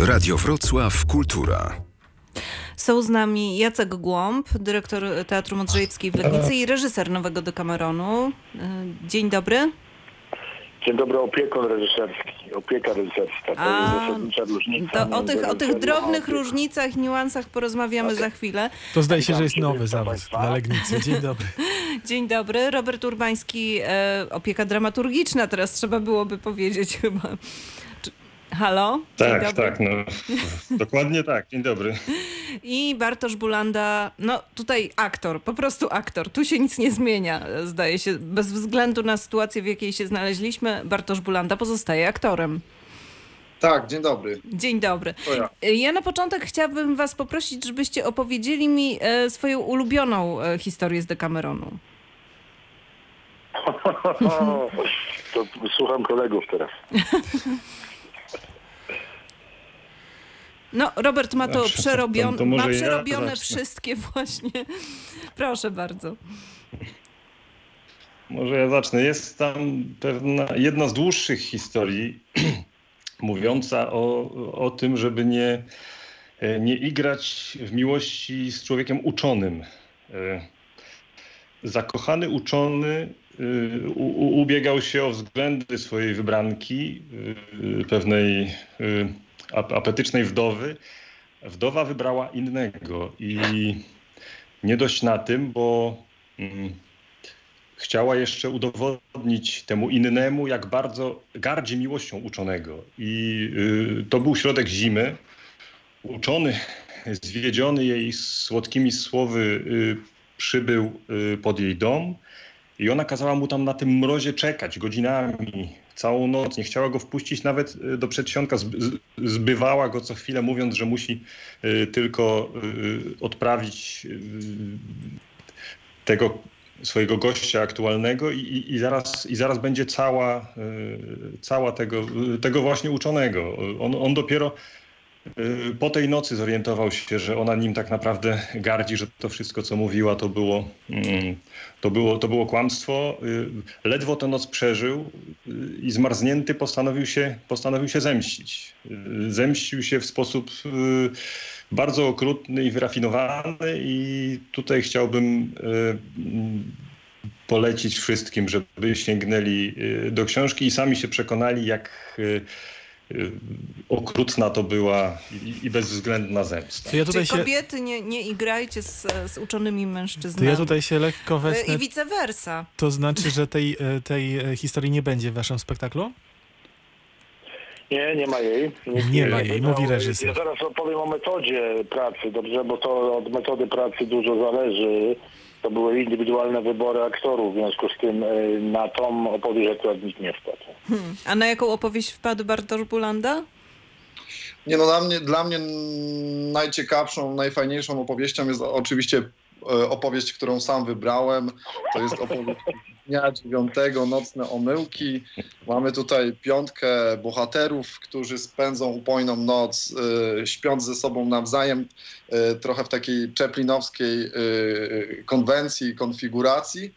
Radio Wrocław Kultura. Są z nami Jacek Głąb, dyrektor Teatru Modrzejewskiej w Legnicy i reżyser Nowego Dekameronu. Dzień dobry. Dzień dobry, opieka reżyserska. To jest zasadnicza różnica. O tych drobnych różnicach, niuansach porozmawiamy za chwilę. To zdaje się, że jest nowy zawód na Legnicy. Dzień dobry. Dzień dobry. Robert Urbański, opieka dramaturgiczna, teraz trzeba byłoby powiedzieć chyba. Halo? Tak, dokładnie tak. Dzień dobry. I Bartosz Bulanda, tutaj aktor, po prostu aktor. Tu się nic nie zmienia, zdaje się. Bez względu na sytuację, w jakiej się znaleźliśmy, Bartosz Bulanda pozostaje aktorem. Tak, dzień dobry. Dzień dobry. To ja. Ja na początek chciałabym was poprosić, żebyście opowiedzieli mi swoją ulubioną historię z Dekameronu. To słucham kolegów teraz. Robert ma to przerobione, ma przerobione ja wszystkie właśnie. Proszę bardzo. Może ja zacznę. Jest tam jedna z dłuższych historii mówiąca o tym, żeby nie igrać w miłości z człowiekiem uczonym. Zakochany uczony ubiegał się o względy swojej wybranki, pewnej apetycznej wdowy. Wdowa wybrała innego i nie dość na tym, bo chciała jeszcze udowodnić temu innemu, jak bardzo gardzi miłością uczonego. I to był środek zimy. Uczony, zwiedziony jej słodkimi słowy, przybył pod jej dom i ona kazała mu tam na tym mrozie czekać godzinami, całą noc. Nie chciała go wpuścić nawet do przedsionka. Zbywała go co chwilę, mówiąc, że musi tylko odprawić tego swojego gościa aktualnego i zaraz będzie cała tego właśnie uczonego. On dopiero po tej nocy zorientował się, że ona nim tak naprawdę gardzi, że to wszystko, co mówiła, to było kłamstwo. Ledwo tę noc przeżył i zmarznięty postanowił się zemścić. Zemścił się w sposób bardzo okrutny i wyrafinowany i tutaj chciałbym polecić wszystkim, żeby sięgnęli do książki i sami się przekonali, jak okrutna to była i bezwzględna zemsta. Czyli kobiety nie igrajcie z uczonymi mężczyznami. To ja tutaj się lekko wetnę. I vice versa. To znaczy, że tej historii nie będzie w waszym spektaklu? Nie ma jej. Nie ma jej, mówi reżyser. Ja zaraz opowiem o metodzie pracy, dobrze, bo to od metody pracy dużo zależy. To były indywidualne wybory aktorów, w związku z tym na tą opowieść akurat nikt nie wpadł. A na jaką opowieść wpadł Bartosz Bulanda? Dla mnie najciekawszą, najfajniejszą opowieścią jest oczywiście opowieść, którą sam wybrałem. To jest opowieść dnia 9, Nocne omyłki. Mamy tutaj 5 bohaterów, którzy spędzą upojną noc, śpiąc ze sobą nawzajem, trochę w takiej czeplinowskiej konwencji, konfiguracji.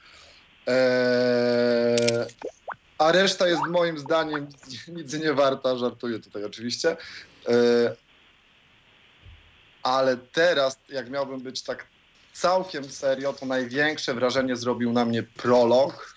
A reszta jest moim zdaniem nic nie warta, żartuję tutaj oczywiście. Ale teraz, jak miałbym być tak całkiem serio, to największe wrażenie zrobił na mnie prolog.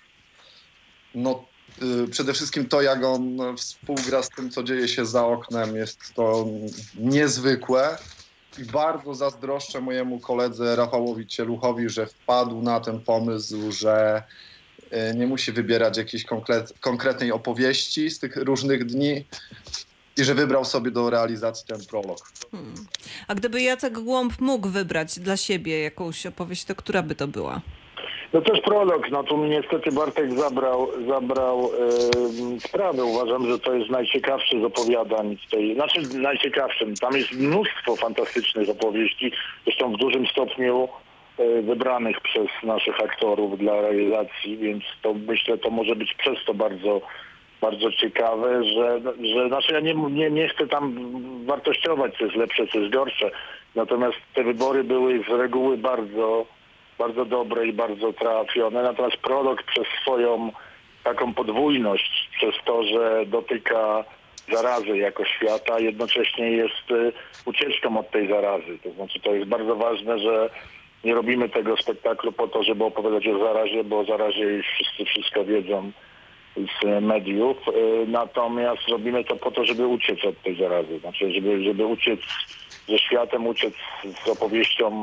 Przede wszystkim to, jak on współgra z tym, co dzieje się za oknem, jest to niezwykłe. I bardzo zazdroszczę mojemu koledze Rafałowi Cieluchowi, że wpadł na ten pomysł, że nie musi wybierać jakiejś konkretnej opowieści z tych różnych dni i że wybrał sobie do realizacji ten prolog. A gdyby Jacek Głąb mógł wybrać dla siebie jakąś opowieść, to która by to była? No też prolog, tu mi niestety Bartek zabrał sprawę. Uważam, że to jest najciekawszy z opowiadań najciekawszym. Tam jest mnóstwo fantastycznych opowieści, zresztą w dużym stopniu wybranych przez naszych aktorów dla realizacji, więc to myślę, to może być przez to bardzo, bardzo ciekawe, że ja nie chcę tam wartościować, co jest lepsze, co jest gorsze. Natomiast te wybory były z reguły bardzo, bardzo dobre i bardzo trafione. Natomiast prolog przez swoją taką podwójność, przez to, że dotyka zarazy jako świata, a jednocześnie jest ucieczką od tej zarazy. To znaczy to jest bardzo ważne, że nie robimy tego spektaklu po to, żeby opowiadać o zarazie, bo o zarazie już wszyscy wszystko wiedzą z mediów, natomiast robimy to po to, żeby uciec od tej zarazy, znaczy żeby uciec ze światem, uciec z opowieścią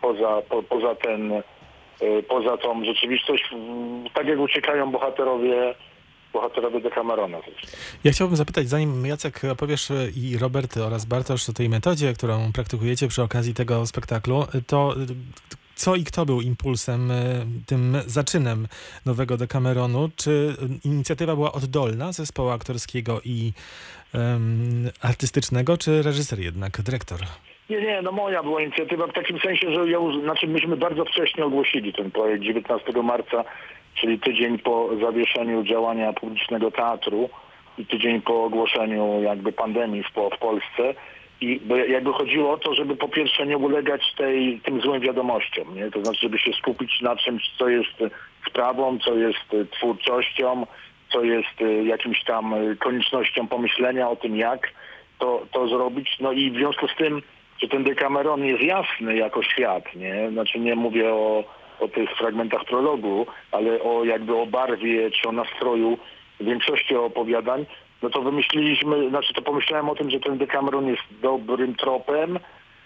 poza tą rzeczywistość, tak jak uciekają bohaterowie Decamerona. Ja chciałbym zapytać, zanim Jacek opowiesz i Robert oraz Bartosz o tej metodzie, którą praktykujecie przy okazji tego spektaklu, to co i kto był impulsem, tym zaczynem nowego Decameronu? Czy inicjatywa była oddolna zespołu aktorskiego i artystycznego, czy reżyser jednak, dyrektor? Nie, no moja była inicjatywa w takim sensie, że myśmy bardzo wcześnie ogłosili ten projekt 19 marca, czyli tydzień po zawieszeniu działania publicznego teatru i tydzień po ogłoszeniu jakby pandemii w Polsce. I jakby chodziło o to, żeby po pierwsze nie ulegać tym złym wiadomościom, nie? To znaczy, żeby się skupić na czymś, co jest sprawą, co jest twórczością, co jest jakimś tam koniecznością pomyślenia o tym, jak to zrobić. No i w związku z tym, że ten Decameron jest jasny jako świat, nie? Znaczy nie mówię o tych fragmentach prologu, ale o barwie czy o nastroju większości opowiadań, no to pomyślałem o tym, że ten Decameron jest dobrym tropem.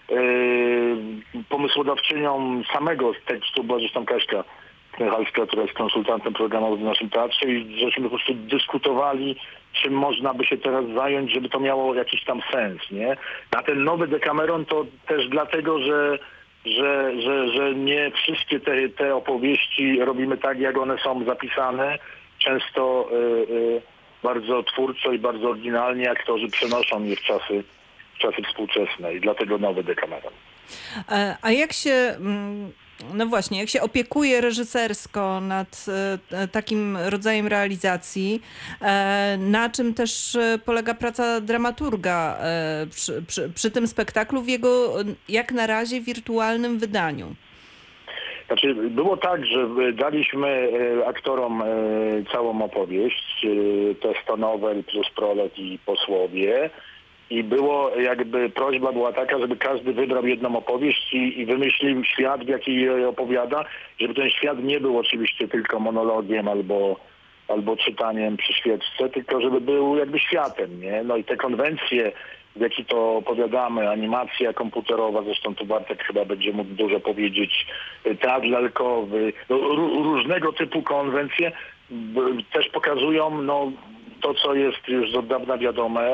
Pomysłodawczynią samego tekstu była zresztą Kaśka Knychalska, która jest konsultantem programowym w naszym teatrze i żeśmy po prostu dyskutowali, czym można by się teraz zająć, żeby to miało jakiś tam sens, nie? A ten nowy Decameron to też dlatego, że nie wszystkie te opowieści robimy tak, jak one są zapisane. Często bardzo twórczo i bardzo oryginalnie aktorzy przenoszą je w czasy współczesne i dlatego nowy Decameron. A jak się, no właśnie, jak się opiekuje reżysersko nad takim rodzajem realizacji, na czym też polega praca dramaturga przy tym spektaklu w jego jak na razie wirtualnym wydaniu? Znaczy, było tak, że daliśmy aktorom całą opowieść, testo nowel plus prolog i posłowie. I prośba była taka, żeby każdy wybrał jedną opowieść i wymyślił świat, w jaki jej opowiada, żeby ten świat nie był oczywiście tylko monologiem albo czytaniem przy świeczce, tylko żeby był jakby światem, nie? No i te konwencje, w jaki to opowiadamy, animacja komputerowa, zresztą tu Bartek chyba będzie mógł dużo powiedzieć, teatr lalkowy, różnego typu konwencje też pokazują to, co jest już od dawna wiadome,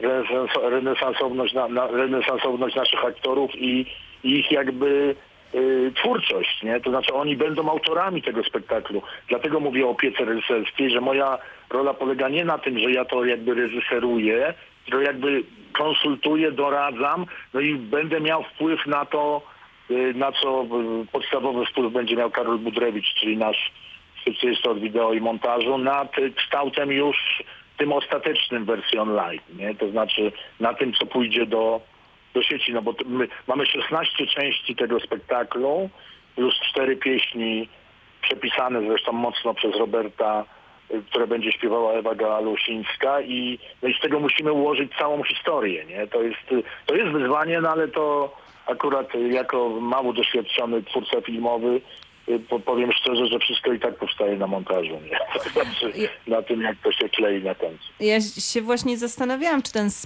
renesansowność naszych aktorów i ich jakby twórczość, nie? To znaczy oni będą autorami tego spektaklu. Dlatego mówię o opiece reżyserskiej, że moja rola polega nie na tym, że ja to jakby reżyseruję, tylko jakby konsultuję, doradzam, no i będę miał wpływ na to, na co podstawowy wpływ będzie miał Karol Budrewicz, czyli nasz specjalista od wideo i montażu, nad kształtem już tym ostatecznym wersji online, nie? To znaczy na tym, co pójdzie do sieci, no bo my mamy 16 części tego spektaklu, plus 4 pieśni przepisane zresztą mocno przez Roberta, które będzie śpiewała Ewa Galusińska i z tego musimy ułożyć całą historię, nie? To jest wyzwanie, no ale to akurat jako mało doświadczony twórca filmowy powiem szczerze, że wszystko i tak powstaje na montażu, nie? To znaczy na tym, jak to się klei na końcu. Ja się właśnie zastanawiałam, czy ten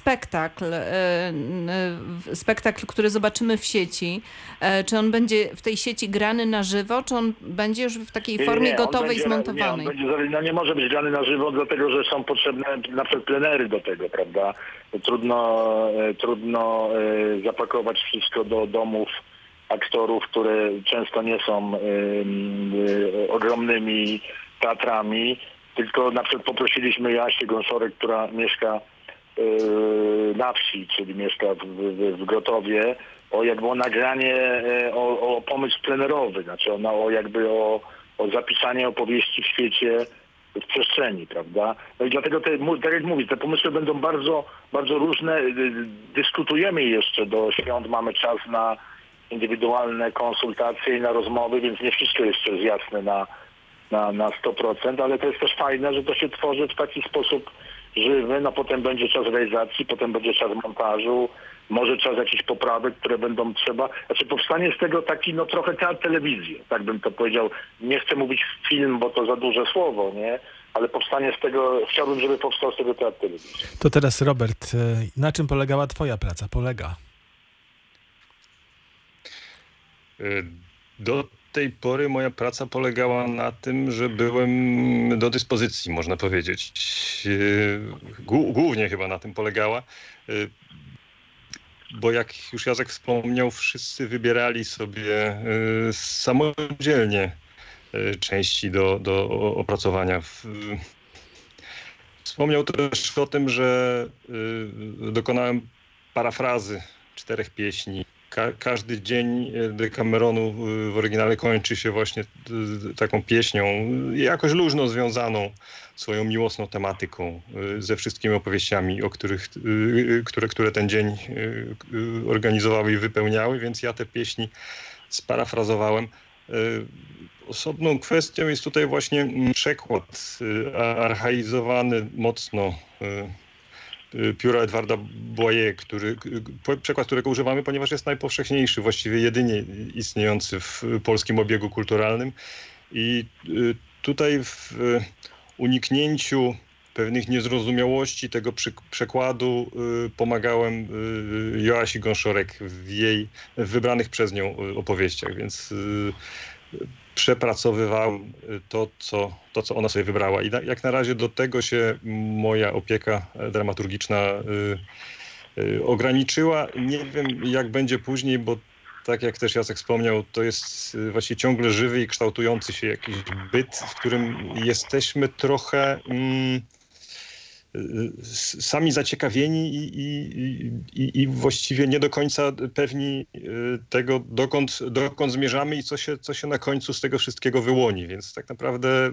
spektakl, który zobaczymy w sieci, czy on będzie w tej sieci grany na żywo, czy on będzie już w takiej formie gotowej, zmontowanej? Nie może być grany na żywo, dlatego że są potrzebne na przykład plenery do tego, prawda? Trudno zapakować wszystko do domów aktorów, które często nie są ogromnymi teatrami, tylko na przykład poprosiliśmy Jasię Gąszorek, która mieszka na wsi, czyli mieszka w Grotowie, o nagranie, o pomysł plenerowy, znaczy o zapisanie opowieści w świecie, w przestrzeni, prawda? No i dlatego, tak jak mówię, te pomysły będą bardzo, bardzo różne. Dyskutujemy jeszcze do świąt, mamy czas na indywidualne konsultacje i na rozmowy, więc nie wszystko jeszcze jest jasne na 100%, ale to jest też fajne, że to się tworzy w taki sposób żywy, no potem będzie czas realizacji, potem będzie czas montażu, może czas jakichś poprawek, które będą trzeba. Znaczy powstanie z tego taki no trochę teatr telewizji, tak bym to powiedział. Nie chcę mówić film, bo to za duże słowo, nie? Ale powstanie z tego, chciałbym, żeby powstał z tego teatr telewizji. To teraz Robert, na czym polegała twoja praca? Do tej pory moja praca polegała na tym, że byłem do dyspozycji, można powiedzieć. Głównie chyba na tym polegała, bo jak już Jacek wspomniał, wszyscy wybierali sobie samodzielnie części do opracowania. Wspomniał też o tym, że dokonałem parafrazy 4 pieśni. Każdy dzień Decameronu w oryginale kończy się właśnie taką pieśnią, jakoś luźno związaną swoją miłosną tematyką, ze wszystkimi opowieściami, które ten dzień organizowały i wypełniały, więc ja te pieśni sparafrazowałem. Osobną kwestią jest tutaj właśnie przekład archaizowany mocno pióra Edwarda Boyer, przekład, którego używamy, ponieważ jest najpowszechniejszy, właściwie jedynie istniejący w polskim obiegu kulturalnym. I tutaj w uniknięciu pewnych niezrozumiałości tego przekładu pomagałem Joasi Gąszorek w wybranych przez nią opowieściach, więc przepracowywałem to, co ona sobie wybrała. I jak na razie do tego się moja opieka dramaturgiczna ograniczyła. Nie wiem, jak będzie później, bo tak jak też Jacek wspomniał, to jest właśnie ciągle żywy i kształtujący się jakiś byt, w którym jesteśmy trochę sami zaciekawieni i właściwie nie do końca pewni tego, dokąd zmierzamy i co się na końcu z tego wszystkiego wyłoni. Więc tak naprawdę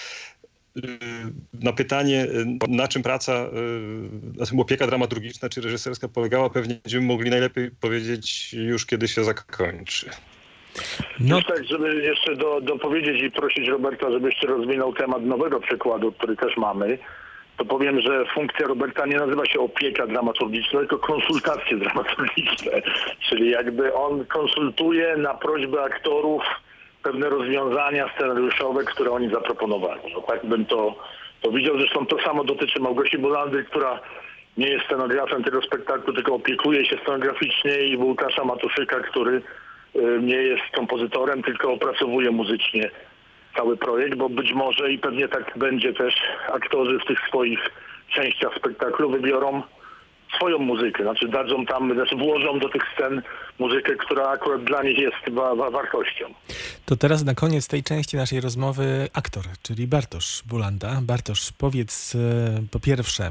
na pytanie, na czym praca, opieka dramaturgiczna czy reżyserska polegała, pewnie będziemy mogli najlepiej powiedzieć już, kiedy się zakończy. No tak, żeby jeszcze dopowiedzieć i prosić Roberta, żeby jeszcze rozwinął temat nowego przykładu, który też mamy, to powiem, że funkcja Roberta nie nazywa się opieka dramaturgiczna, tylko konsultacje dramaturgiczne. Czyli jakby on konsultuje na prośbę aktorów pewne rozwiązania scenariuszowe, które oni zaproponowali. No tak bym to widział. Zresztą to samo dotyczy Małgosi Bulandy, która nie jest scenografem tego spektaklu, tylko opiekuje się scenograficznie, i Łukasza Matuszyka, który nie jest kompozytorem, tylko opracowuje muzycznie cały projekt, bo być może i pewnie tak będzie też, aktorzy w tych swoich częściach spektaklu wybiorą swoją muzykę, włożą do tych scen muzykę, która akurat dla nich jest wartością. To teraz na koniec tej części naszej rozmowy aktor, czyli Bartosz Bulanda. Bartosz, powiedz po pierwsze,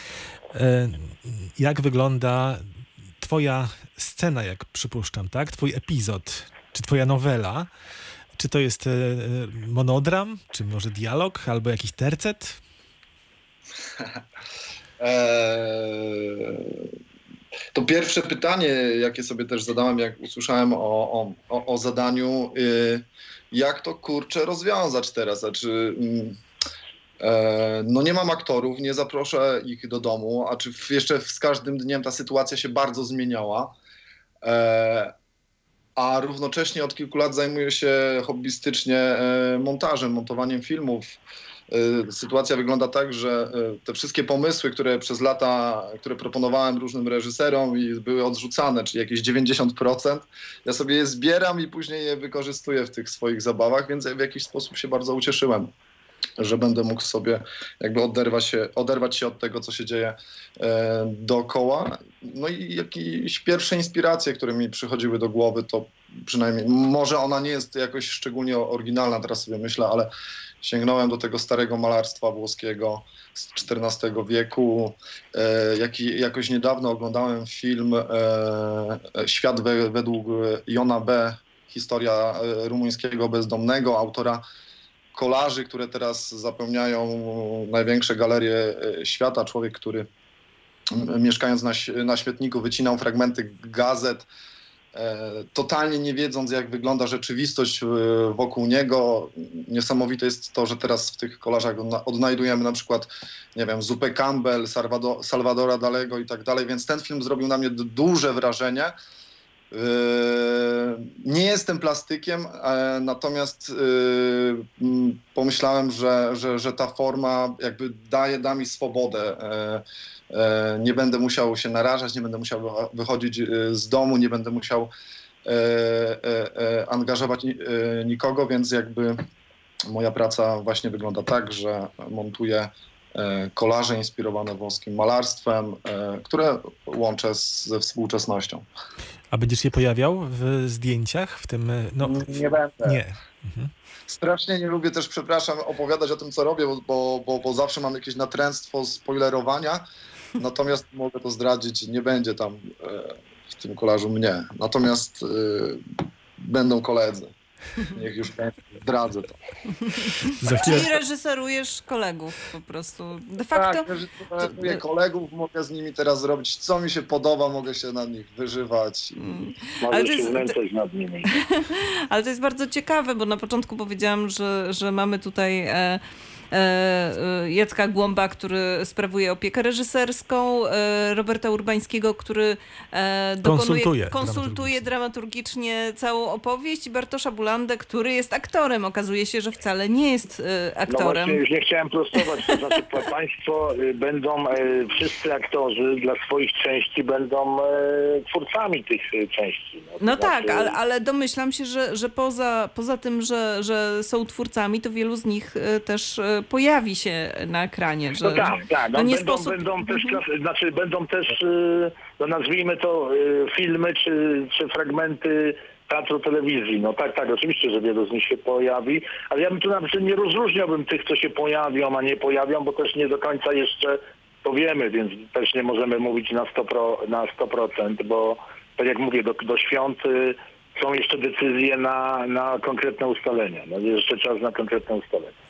jak wygląda twoja scena, jak przypuszczam, tak? Twój epizod, czy twoja nowela? Czy to jest monodram, czy może dialog, albo jakiś tercet? To pierwsze pytanie, jakie sobie też zadałem, jak usłyszałem o zadaniu, jak to kurczę rozwiązać teraz? Znaczy, no nie mam aktorów, nie zaproszę ich do domu, a czy jeszcze z każdym dniem ta sytuacja się bardzo zmieniała. A równocześnie od kilku lat zajmuję się hobbystycznie montażem, montowaniem filmów. Sytuacja wygląda tak, że te wszystkie pomysły, które przez lata, które proponowałem różnym reżyserom i były odrzucane, czyli jakieś 90%, ja sobie je zbieram i później je wykorzystuję w tych swoich zabawach, więc w jakiś sposób się bardzo ucieszyłem, że będę mógł sobie jakby oderwać się od tego, co się dzieje dookoła. No i jakieś pierwsze inspiracje, które mi przychodziły do głowy, to przynajmniej, może ona nie jest jakoś szczególnie oryginalna, teraz sobie myślę, ale sięgnąłem do tego starego malarstwa włoskiego z XIV wieku. Jakoś niedawno oglądałem film Świat według Jona B., historia rumuńskiego bezdomnego, autora kolaży, które teraz zapełniają największe galerie świata. Człowiek, który mieszkając na śmietniku wycinał fragmenty gazet totalnie nie wiedząc, jak wygląda rzeczywistość wokół niego. Niesamowite jest to, że teraz w tych kolażach odnajdujemy na przykład, nie wiem, zupę Campbell, Salvadora Dalego i tak dalej, więc ten film zrobił na mnie duże wrażenie. Nie jestem plastykiem, natomiast pomyślałem, że ta forma jakby da mi swobodę. Nie będę musiał się narażać, nie będę musiał wychodzić z domu, nie będę musiał angażować nikogo, więc jakby moja praca właśnie wygląda tak, że montuję kolaże inspirowane włoskim malarstwem, które łączę ze współczesnością. A będziesz je pojawiał w zdjęciach? W tym... No, Nie będę. Nie. Mhm. Strasznie nie lubię też, przepraszam, opowiadać o tym, co robię, bo zawsze mam jakieś natręctwo spoilerowania. Natomiast mogę to zdradzić, nie będzie tam w tym kolażu mnie. Natomiast będą koledzy. Niech już zdradzę to. Za chwilę... Czyli reżyserujesz kolegów po prostu. De facto... Tak, reżyseruję kolegów, mogę z nimi teraz zrobić, co mi się podoba, mogę się na nich wyżywać. Ale Może to się jest- znęcać nad nimi. Ale to jest bardzo ciekawe, bo na początku powiedziałam, że mamy tutaj Jacka Głąba, który sprawuje opiekę reżyserską, Roberta Urbańskiego, który konsultuje dramaturgicznie całą opowieść, i Bartosza Bulandę, który jest aktorem. Okazuje się, że wcale nie jest No aktorem. właśnie, już nie chciałem prostować, to znaczy państwo będą, wszyscy aktorzy dla swoich części będą twórcami tych części. No To tak, znaczy- ale domyślam się, że poza tym, że są twórcami, to wielu z nich też pojawi się na ekranie. Że, No tak. no No nie będą, sposób... będą też, no nazwijmy to, filmy czy fragmenty teatru, telewizji. No tak, oczywiście, że wielu z nich się pojawi, ale ja bym tu nawet nie rozróżniałbym tych, co się pojawią, a nie pojawią, bo też nie do końca jeszcze to wiemy, więc też nie możemy mówić na 100%, bo tak jak mówię, do świąt są jeszcze decyzje na konkretne ustalenia. No jeszcze czas na konkretne ustalenia.